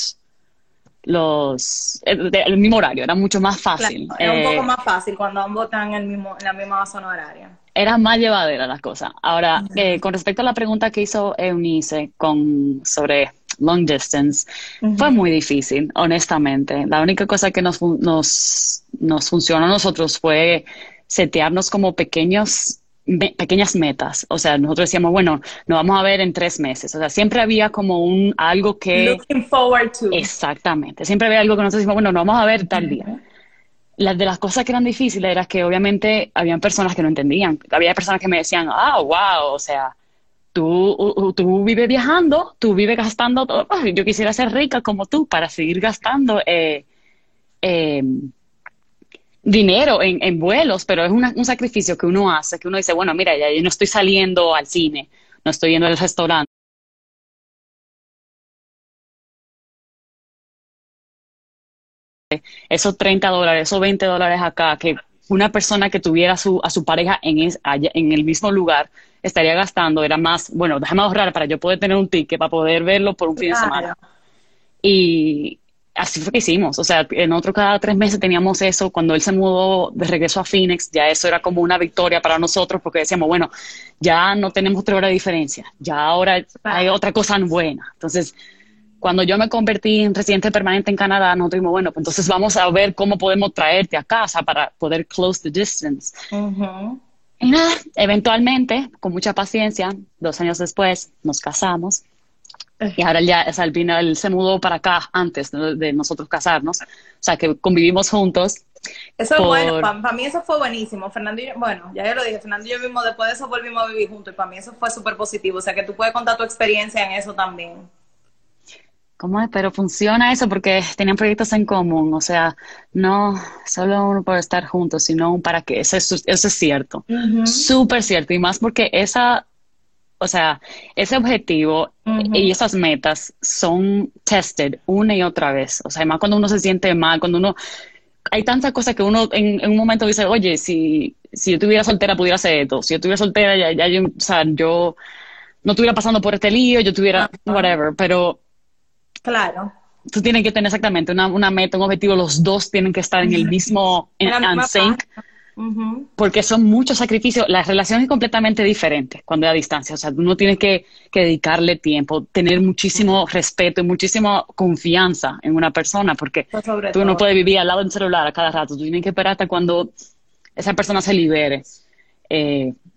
el mismo horario, era mucho más fácil. Claro, era un poco más fácil cuando ambos están en la misma zona horaria. Era más llevadera la cosa. Ahora, con respecto a la pregunta que hizo Eunice sobre long distance, fue muy difícil, honestamente. La única cosa que nos funcionó a nosotros fue setearnos como pequeñas metas. O sea, nosotros decíamos, bueno, nos vamos a ver en 3 meses. O sea, siempre había como algo que... Looking forward to. Exactamente. Siempre había algo que nosotros decíamos, bueno, nos vamos a ver tal día. De las cosas que eran difíciles era que obviamente habían personas que no entendían. Había personas que me decían, wow, o sea, tú vives viajando, tú vives gastando todo. Yo quisiera ser rica como tú para seguir gastando dinero en vuelos, pero es un sacrificio que uno hace, que uno dice, bueno, mira, ya yo no estoy saliendo al cine, no estoy yendo al restaurante. Esos $30, esos $20 acá, que una persona que tuviera a su pareja en el mismo lugar estaría gastando, era más, bueno, déjame ahorrar para yo poder tener un ticket, para poder verlo por un fin de semana. Y así fue que hicimos. O sea, nosotros cada 3 meses teníamos eso. Cuando él se mudó de regreso a Phoenix, ya eso era como una victoria para nosotros, porque decíamos, bueno, ya no tenemos 3 horas de diferencia, ya ahora hay otra cosa buena. Entonces, cuando yo me convertí en residente permanente en Canadá, nosotros dijimos, bueno, pues entonces vamos a ver cómo podemos traerte a casa para poder close the distance. Y nada, eventualmente, con mucha paciencia, 2 años después, nos casamos. Y ahora ya, o sea, él se mudó para acá antes de nosotros casarnos. O sea, que convivimos juntos. Eso es bueno, para mí eso fue buenísimo. Fernando y yo, bueno, ya yo lo dije, Fernando y yo mismo después de eso volvimos a vivir juntos y para mí eso fue súper positivo. O sea, que tú puedes contar tu experiencia en eso también. ¿Cómo es? Pero funciona eso porque tenían proyectos en común, o sea, no solo uno por estar juntos, sino un para qué, eso es cierto, súper cierto, y más porque o sea, ese objetivo y esas metas son tested una y otra vez, o sea, más cuando uno se siente mal, hay tantas cosas que uno en un momento dice, oye, si yo estuviera soltera pudiera hacer esto, si yo estuviera soltera o sea, yo no estuviera pasando por este lío, yo estuviera whatever, pero claro, tú tienes que tener exactamente una meta, un objetivo, los dos tienen que estar en el mismo, en sync, porque son muchos sacrificios, la relación es completamente diferente cuando es a distancia, o sea, uno tiene que dedicarle tiempo, tener muchísimo respeto y muchísima confianza en una persona, porque tú no puedes vivir al lado del celular a cada rato, tú tienes que esperar hasta cuando esa persona se libere,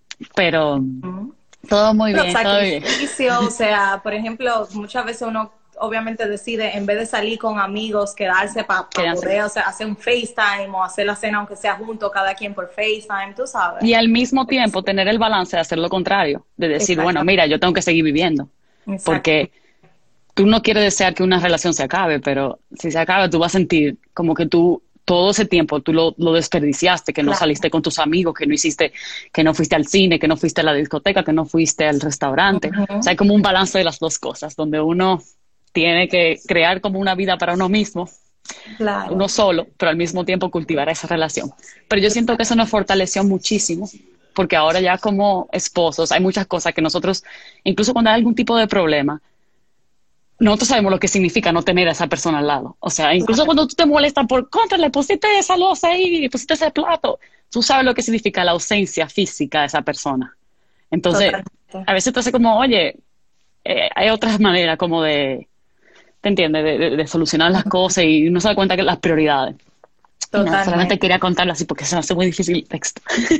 pero todo muy bien, todo bien. O sea, por ejemplo, muchas veces uno obviamente decide, en vez de salir con amigos, quedarse para poder, o sea, hacer un FaceTime o hacer la cena aunque sea junto, cada quien por FaceTime, tú sabes. Y al mismo tiempo tener el balance de hacer lo contrario, de decir, bueno, mira, yo tengo que seguir viviendo. Exacto. Porque tú no quieres desear que una relación se acabe, pero si se acaba, tú vas a sentir como que tú todo ese tiempo tú lo desperdiciaste, que no saliste con tus amigos, que no hiciste, que no fuiste al cine, que no fuiste a la discoteca, que no fuiste al restaurante. O sea, hay como un balance de las dos cosas, donde uno tiene que crear como una vida para uno mismo, uno solo, pero al mismo tiempo cultivar esa relación. Pero yo siento que eso nos fortaleció muchísimo, porque ahora ya como esposos hay muchas cosas que nosotros, incluso cuando hay algún tipo de problema, nosotros sabemos lo que significa no tener a esa persona al lado. O sea, incluso cuando tú te molestas por contra, le pusiste esa loza ahí, le pusiste ese plato, tú sabes lo que significa la ausencia física de esa persona. Entonces, a veces te hace como, oye, hay otras maneras como de, ¿te entiendes? De solucionar las cosas y uno se da cuenta que las prioridades. No, solamente quería contarlo así porque se me hace muy difícil el texto.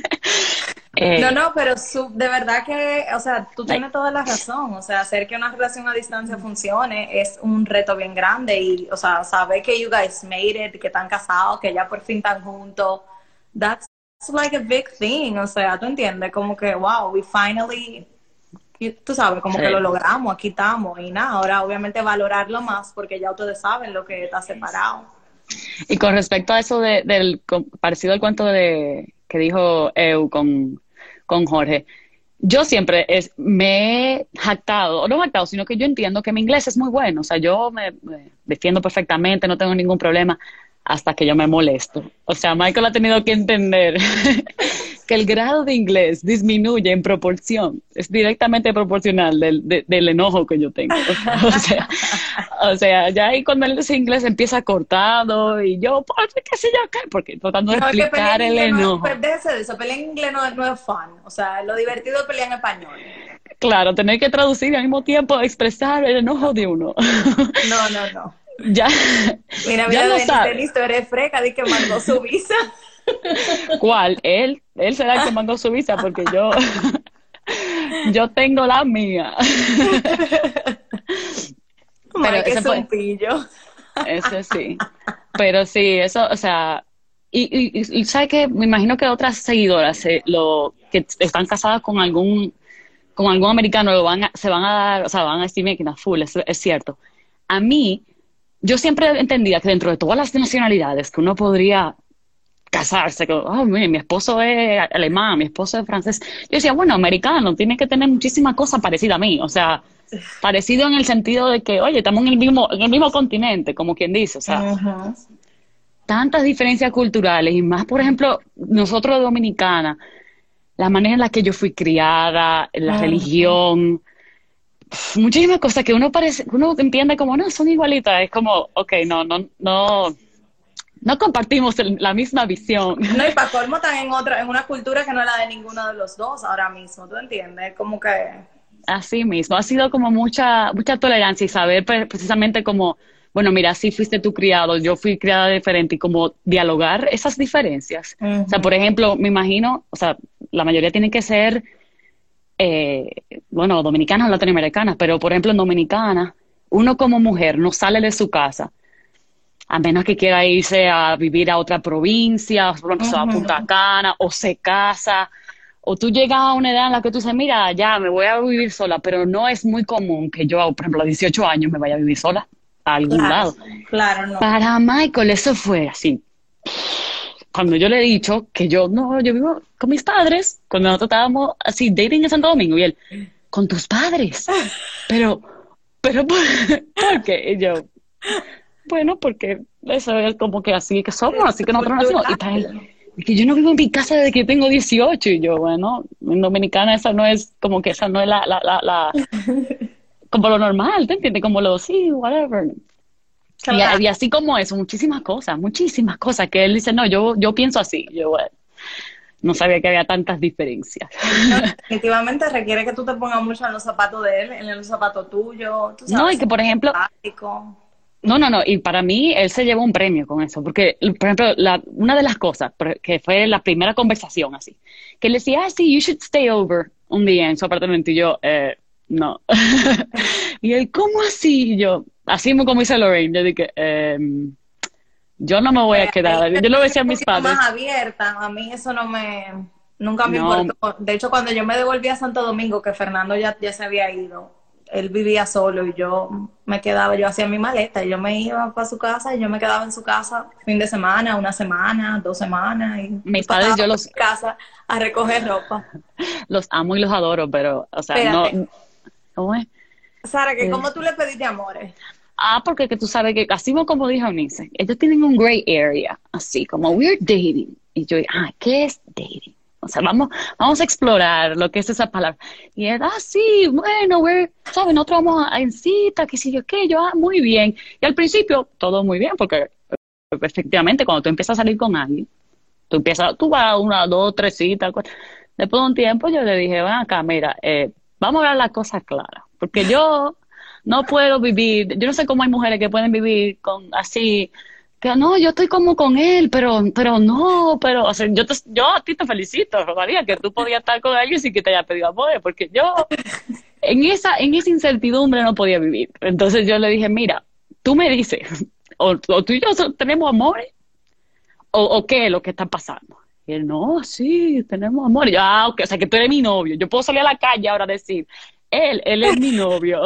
No, pero de verdad que, o sea, tú tienes toda la razón. O sea, hacer que una relación a distancia funcione es un reto bien grande. Y, o sea, saber que you guys made it, que están casados, que ya por fin están juntos, that's like a big thing. O sea, tú entiendes, como que, wow, we finally, tú sabes, como que lo logramos, aquí estamos. Y nada, ahora obviamente valorarlo más porque ya ustedes saben lo que está separado. Y con respecto a eso parecido al cuento que dijo Eu con Jorge, yo siempre me he jactado, o no jactado, sino que yo entiendo que mi inglés es muy bueno. O sea, yo me defiendo perfectamente, no tengo ningún problema hasta que yo me molesto. O sea, Michael ha tenido que entender que el grado de inglés disminuye en proporción, es directamente proporcional del enojo que yo tengo. O sea, ya ahí cuando él dice inglés empieza cortado y yo, ¿por qué sé yo qué? Porque tratando de explicar el enojo. Déjese de eso, pelear en inglés no es fun. O sea, lo divertido es pelear en español. Claro, tener que traducir al mismo tiempo, expresar el enojo de uno. No. Ya. Mira, Denis, tú eres freca, di que mandó su visa. ¿Cuál? Él será el que mandó su visa porque yo tengo la mía. Pero ese es un pillo. Eso sí. Pero sí, eso, o sea, y ¿sabes qué? Me imagino que otras seguidoras que están casadas con algún americano se van a dar, o sea, van a decir máquina full, es cierto. A mí, yo siempre entendía que dentro de todas las nacionalidades que uno podría casarse, que mi esposo es alemán, mi esposo es francés, yo decía, bueno, americano, tiene que tener muchísimas cosas parecidas a mí, o sea, parecido en el sentido de que, oye, estamos en el mismo continente, como quien dice, o sea, tantas diferencias culturales, y más, por ejemplo, nosotros dominicanas, la manera en la que yo fui criada, la religión, muchísimas cosas que uno entiende como, no, son igualitas, es como, okay, no compartimos la misma visión. No, y para colmo están en una cultura que no es la de ninguno de los dos ahora mismo, ¿tú entiendes? Como que... Así mismo, ha sido como mucha tolerancia y saber precisamente como, bueno, mira, así fuiste tú criado, yo fui criada diferente y como dialogar esas diferencias. O sea, por ejemplo, me imagino, o sea, la mayoría tienen que ser, bueno, dominicanas o latinoamericanas, pero por ejemplo en Dominicana, uno como mujer no sale de su casa a menos que quiera irse a vivir a otra provincia, por ejemplo, se va a Punta Cana, o se casa, o tú llegas a una edad en la que tú dices, mira, ya me voy a vivir sola, pero no es muy común que yo, por ejemplo, a 18 años me vaya a vivir sola a algún lado. Claro, no. Para Michael eso fue así. Cuando yo le he dicho que yo vivo con mis padres, cuando nosotros estábamos así dating en Santo Domingo, y él, con tus padres, pero ¿por qué? Y yo, bueno, porque eso es como que así que somos, así que nosotros nacimos. Y para él, que yo no vivo en mi casa desde que tengo 18. Y yo, bueno, en Dominicana esa no es como que esa no es la como lo normal, ¿te entiendes? Como sí, whatever. Y así como eso, muchísimas cosas que él dice, no, yo pienso así. Yo, bueno, no sabía que había tantas diferencias. No, definitivamente requiere que tú te pongas mucho en los zapatos de él, en los zapatos tuyos. Tú sabes, no, y que por ejemplo... No, y para mí él se llevó un premio con eso, porque, por ejemplo, una de las cosas, que fue la primera conversación así, que él decía, sí, you should stay over un día en su apartamento, y yo, no. Y él, ¿cómo así? Y yo, así como dice Lorraine, yo dije, yo no me voy a quedar. Yo lo decía a mis padres. Más abierta, a mí eso nunca me importó. De hecho, cuando yo me devolví a Santo Domingo, que Fernando ya se había ido, él vivía solo y yo me quedaba, yo hacía mi maleta y yo me iba para su casa y yo me quedaba en su casa fin de semana, 1 semana, 2 semanas y mis padres yo los casa a recoger ropa. Los amo y los adoro, pero, o sea, espérate. no. ¿Cómo es? Sara, ¿cómo tú le pediste amores? Porque que tú sabes que, así como dijo Eunice, ellos tienen un gray area, así como we're dating. Y yo, ¿qué es dating? O sea, vamos a explorar lo que es esa palabra. Y él, sí, bueno, ¿sabes? Nosotros vamos en cita, qué sé yo qué, muy bien. Y al principio, todo muy bien, porque efectivamente, cuando tú empiezas a salir con alguien, tú vas a 1, 2, 3 citas. Después de un tiempo, yo le dije, ven acá, mira, vamos a hablar las cosas claras, porque yo no puedo vivir, yo no sé cómo hay mujeres que pueden vivir con así, que no, yo estoy como con él, pero no, o sea, yo a ti te felicito, María, que tú podías estar con alguien sin que te haya pedido amor, porque yo en esa incertidumbre no podía vivir. Entonces yo le dije, mira, tú me dices, o tú y yo tenemos amores, o qué es lo que está pasando. Y él, no, sí, tenemos amor. Y yo, ok, o sea, que tú eres mi novio. Yo puedo salir a la calle ahora a decir, él es mi novio.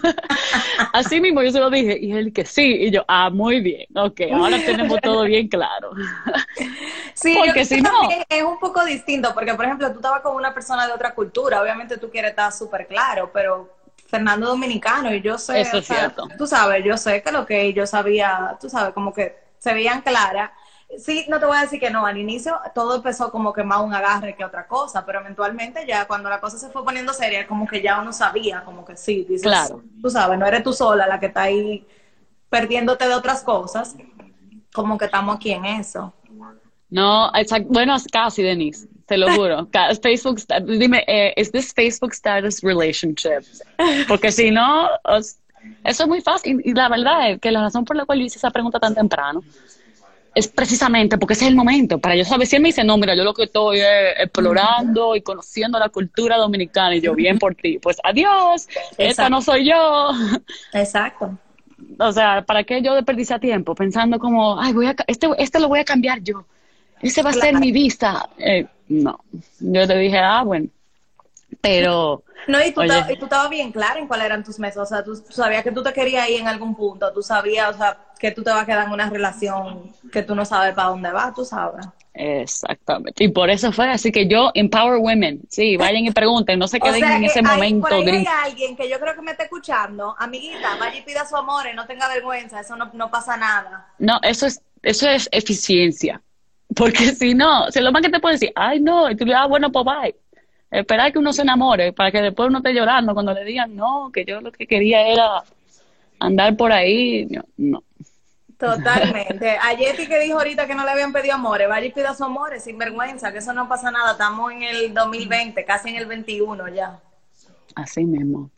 Así mismo yo se lo dije. Y él que sí. Y yo, muy bien. Ok, ahora tenemos todo bien claro. Sí, porque si no... Es un poco distinto. Porque, por ejemplo, tú estabas con una persona de otra cultura. Obviamente tú quieres estar súper claro, pero Fernando es dominicano y yo sé... Eso es cierto. Tú sabes, yo sé que lo que yo sabía, tú sabes, como que se veían claras. Sí, no te voy a decir que no, al inicio todo empezó como que más un agarre que otra cosa, pero eventualmente ya cuando la cosa se fue poniendo seria, como que ya uno sabía, como que sí, dices, claro. Tú sabes, no eres tú sola la que está ahí perdiéndote de otras cosas, como que estamos aquí en eso. No, exacto, bueno, casi, Denise, te lo juro. Facebook, dime, ¿is this Facebook status relationship? Porque si no, eso es muy fácil, y la verdad es que la razón por la cual yo hice esa pregunta tan temprano es precisamente porque ese es el momento para yo saber. Si él me dice, no, mira, yo lo que estoy es explorando y conociendo la cultura dominicana, y yo, bien por ti, pues adiós. Exacto. Esta no soy yo. Exacto. O sea, ¿para qué yo desperdiciar tiempo pensando como, este lo voy a cambiar yo, ese va a ser mi vista? No, yo le dije, bueno, pero... No, y tú estabas bien clara en cuáles eran tus meses, o sea, tú sabías que tú te querías ir en algún punto, tú sabías, o sea, que tú te vas a quedar en una relación que tú no sabes para dónde vas, tú sabes. Exactamente, y por eso fue, así que yo, empower women, sí, vayan y pregunten, no se queden en ese momento. Por ahí hay alguien que yo creo que me está escuchando, amiguita, vaya y pida su amor, no tenga vergüenza, eso no pasa nada. No, eso es eficiencia, porque si no, lo más que te puede decir, no, y tú le das, bueno, pues bye. Esperar que uno se enamore para que después uno esté llorando cuando le digan no, que yo lo que quería era andar por ahí. No. Totalmente. A Yeti que dijo ahorita que no le habían pedido amores, vaya y pida su amores sin vergüenza, que eso no pasa nada. Estamos en el 2020, casi en el 21 ya. Así mismo.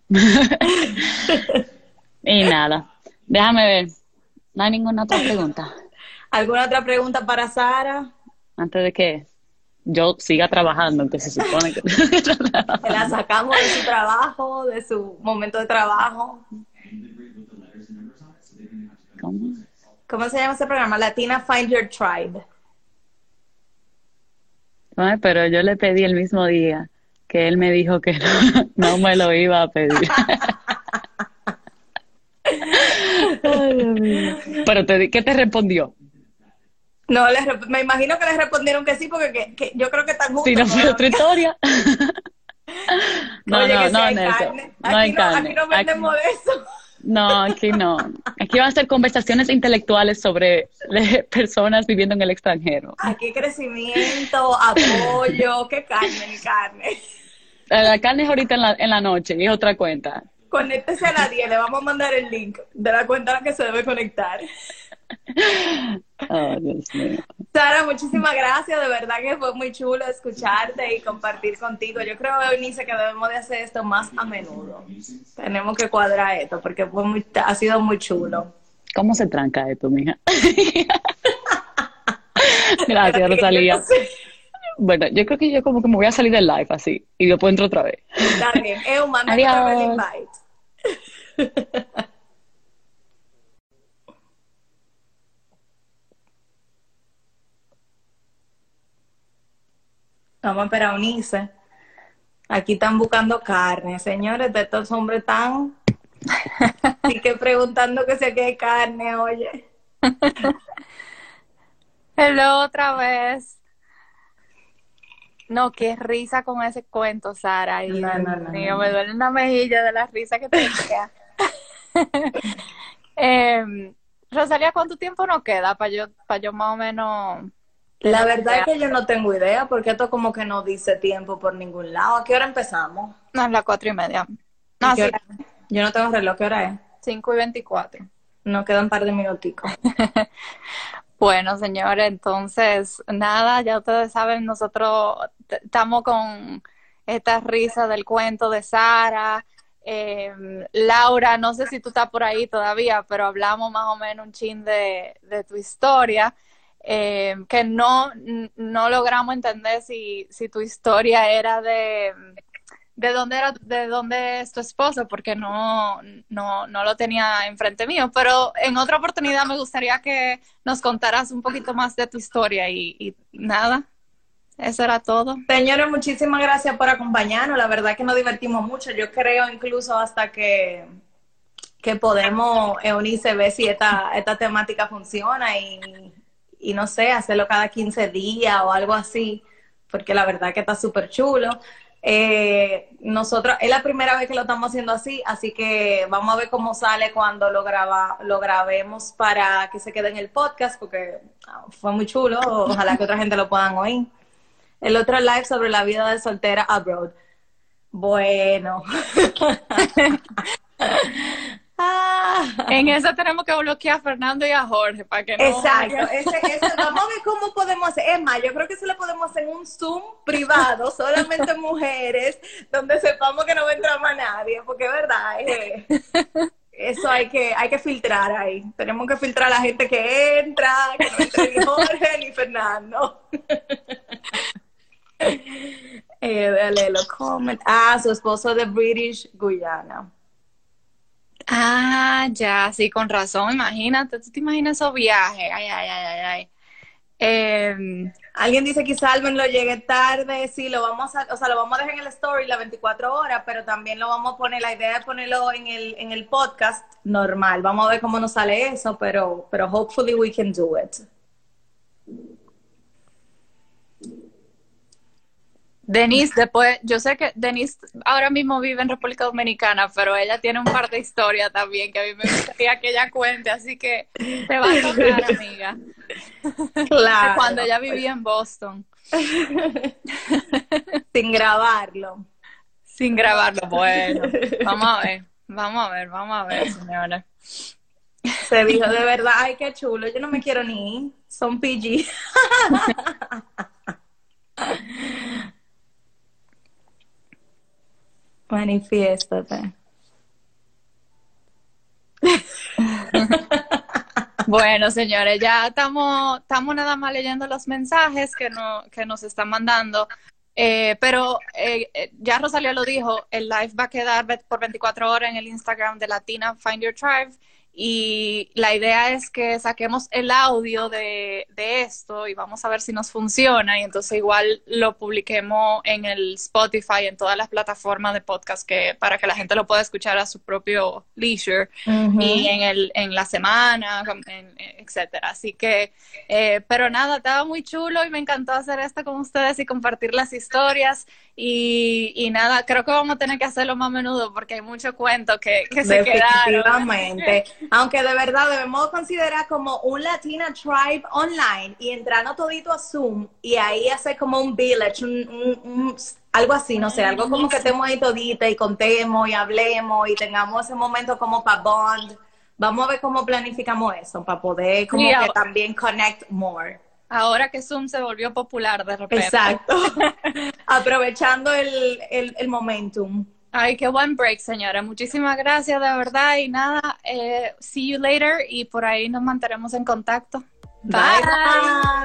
Y nada, déjame ver. ¿No hay ninguna otra pregunta? ¿Alguna otra pregunta para Sara? Antes de que yo siga trabajando, que se supone que... La sacamos de su trabajo, de su momento de trabajo. ¿Cómo se llama ese programa? Latina Find Your Tribe. Pero yo le pedí el mismo día que él me dijo que no me lo iba a pedir. Ay, Dios mío. Pero ¿qué te respondió? No, me imagino que les respondieron que sí, porque que yo creo que están juntos. Si no fue otra historia. No, Oye, no, hay no, carne. No hay carne. Aquí no vendemos de eso. No, aquí no. Aquí van a ser conversaciones intelectuales sobre personas viviendo en el extranjero. Aquí crecimiento, apoyo, qué carne ni carne. La carne es ahorita en la noche y es otra cuenta. Conéctese a la 10, le vamos a mandar el link de la cuenta a la que se debe conectar. Oh, Dios mío. Sara, muchísimas gracias, de verdad que fue muy chulo escucharte y compartir contigo. Yo creo, Eunice, que debemos de hacer esto más a menudo. Tenemos que cuadrar esto porque ha sido muy chulo. ¿Cómo se tranca esto, mija? Gracias, Rosalía. Bueno, yo creo que yo como que me voy a salir del live así y después entro otra vez. Está bien, mándame el invite. Vamos a esperar a Unice. Aquí están buscando carne, señores, de estos hombres tan... Así que preguntando que si aquí hay carne, oye. Hello, otra vez. No, qué risa con ese cuento, Sara. Y, No. me duele una mejilla de la risa que tenía. Rosalía, ¿cuánto tiempo nos queda para yo más o menos? La verdad es que yo no tengo idea, porque esto como que no dice tiempo por ningún lado. ¿A qué hora empezamos? No, es las 4:30. No, sí, Yo no tengo reloj, ¿qué hora es? 5:24. Nos quedan un par de minuticos. Bueno, señores, entonces, nada, ya ustedes saben, nosotros estamos con esta risa del cuento de Sara. Laura, no sé si tú estás por ahí todavía, pero hablamos más o menos un chin de tu historia, que no logramos entender si tu historia era de dónde es tu esposo, porque no lo tenía enfrente mío, pero en otra oportunidad me gustaría que nos contaras un poquito más de tu historia y nada, eso era todo. Señores, muchísimas gracias por acompañarnos, la verdad que nos divertimos mucho, yo creo incluso hasta que podemos unirse, ver si esta temática funciona y no sé, hacerlo cada 15 días o algo así, porque la verdad que está súper chulo. Nosotros, es la primera vez que lo estamos haciendo así que vamos a ver cómo sale cuando lo grabemos para que se quede en el podcast, porque fue muy chulo, ojalá que otra gente lo puedan oír. El otro live sobre la vida de soltera abroad. Bueno. En eso tenemos que bloquear a Fernando y a Jorge para que no... Exacto, vamos a ver cómo podemos hacer. Es más, yo creo que eso lo podemos hacer en un Zoom privado, solamente mujeres, donde sepamos que no va a entrar más nadie, porque es verdad, eso hay que filtrar ahí. Tenemos que filtrar a la gente que entra, que no entre ni Jorge ni Fernando. Dale los comments. Su esposo de British Guyana. Ya, sí, con razón, imagínate, tú te imaginas esos viajes, ay. Alguien dice que Salven lo llegue tarde, sí, lo vamos a dejar en el story las 24 horas, pero también lo vamos a poner, la idea es ponerlo en el podcast normal, vamos a ver cómo nos sale eso, pero hopefully we can do it. Denise, después, yo sé que Denise ahora mismo vive en República Dominicana, pero ella tiene un par de historias también que a mí me gustaría que ella cuente, así que te va a tocar, amiga. Claro. Cuando ella vivía en Boston. Sin grabarlo. Sin grabarlo, bueno. Vamos a ver, señora. Se dijo de verdad, ay, qué chulo, yo no me quiero ni ir, son PG. Manifiéstate. Bueno, señores, ya estamos nada más leyendo los mensajes que nos están mandando. Pero ya Rosalía lo dijo, el live va a quedar por 24 horas en el Instagram de Latina Find Your Tribe. Y la idea es que saquemos el audio de esto y vamos a ver si nos funciona y entonces igual lo publiquemos en el Spotify, en todas las plataformas de podcast para que la gente lo pueda escuchar a su propio leisure y en la semana, etcétera. Así que, pero nada, estaba muy chulo y me encantó hacer esto con ustedes y compartir las historias y nada, creo que vamos a tener que hacerlo más a menudo porque hay muchos cuentos que se quedaron. Definitivamente. Aunque de verdad debemos considerar como un Latina Tribe online y entrarnos todito a Zoom y ahí hacer como un village, algo así, no sé, algo como que estemos ahí todita y contemos y hablemos y tengamos ese momento como para bond. Vamos a ver cómo planificamos eso, para poder como que también connect more. Ahora que Zoom se volvió popular de repente. Exacto. Aprovechando el momentum. Ay, qué buen break, señora. Muchísimas gracias, de verdad. Y nada, see you later. Y por ahí nos mantenemos en contacto. Bye. Bye.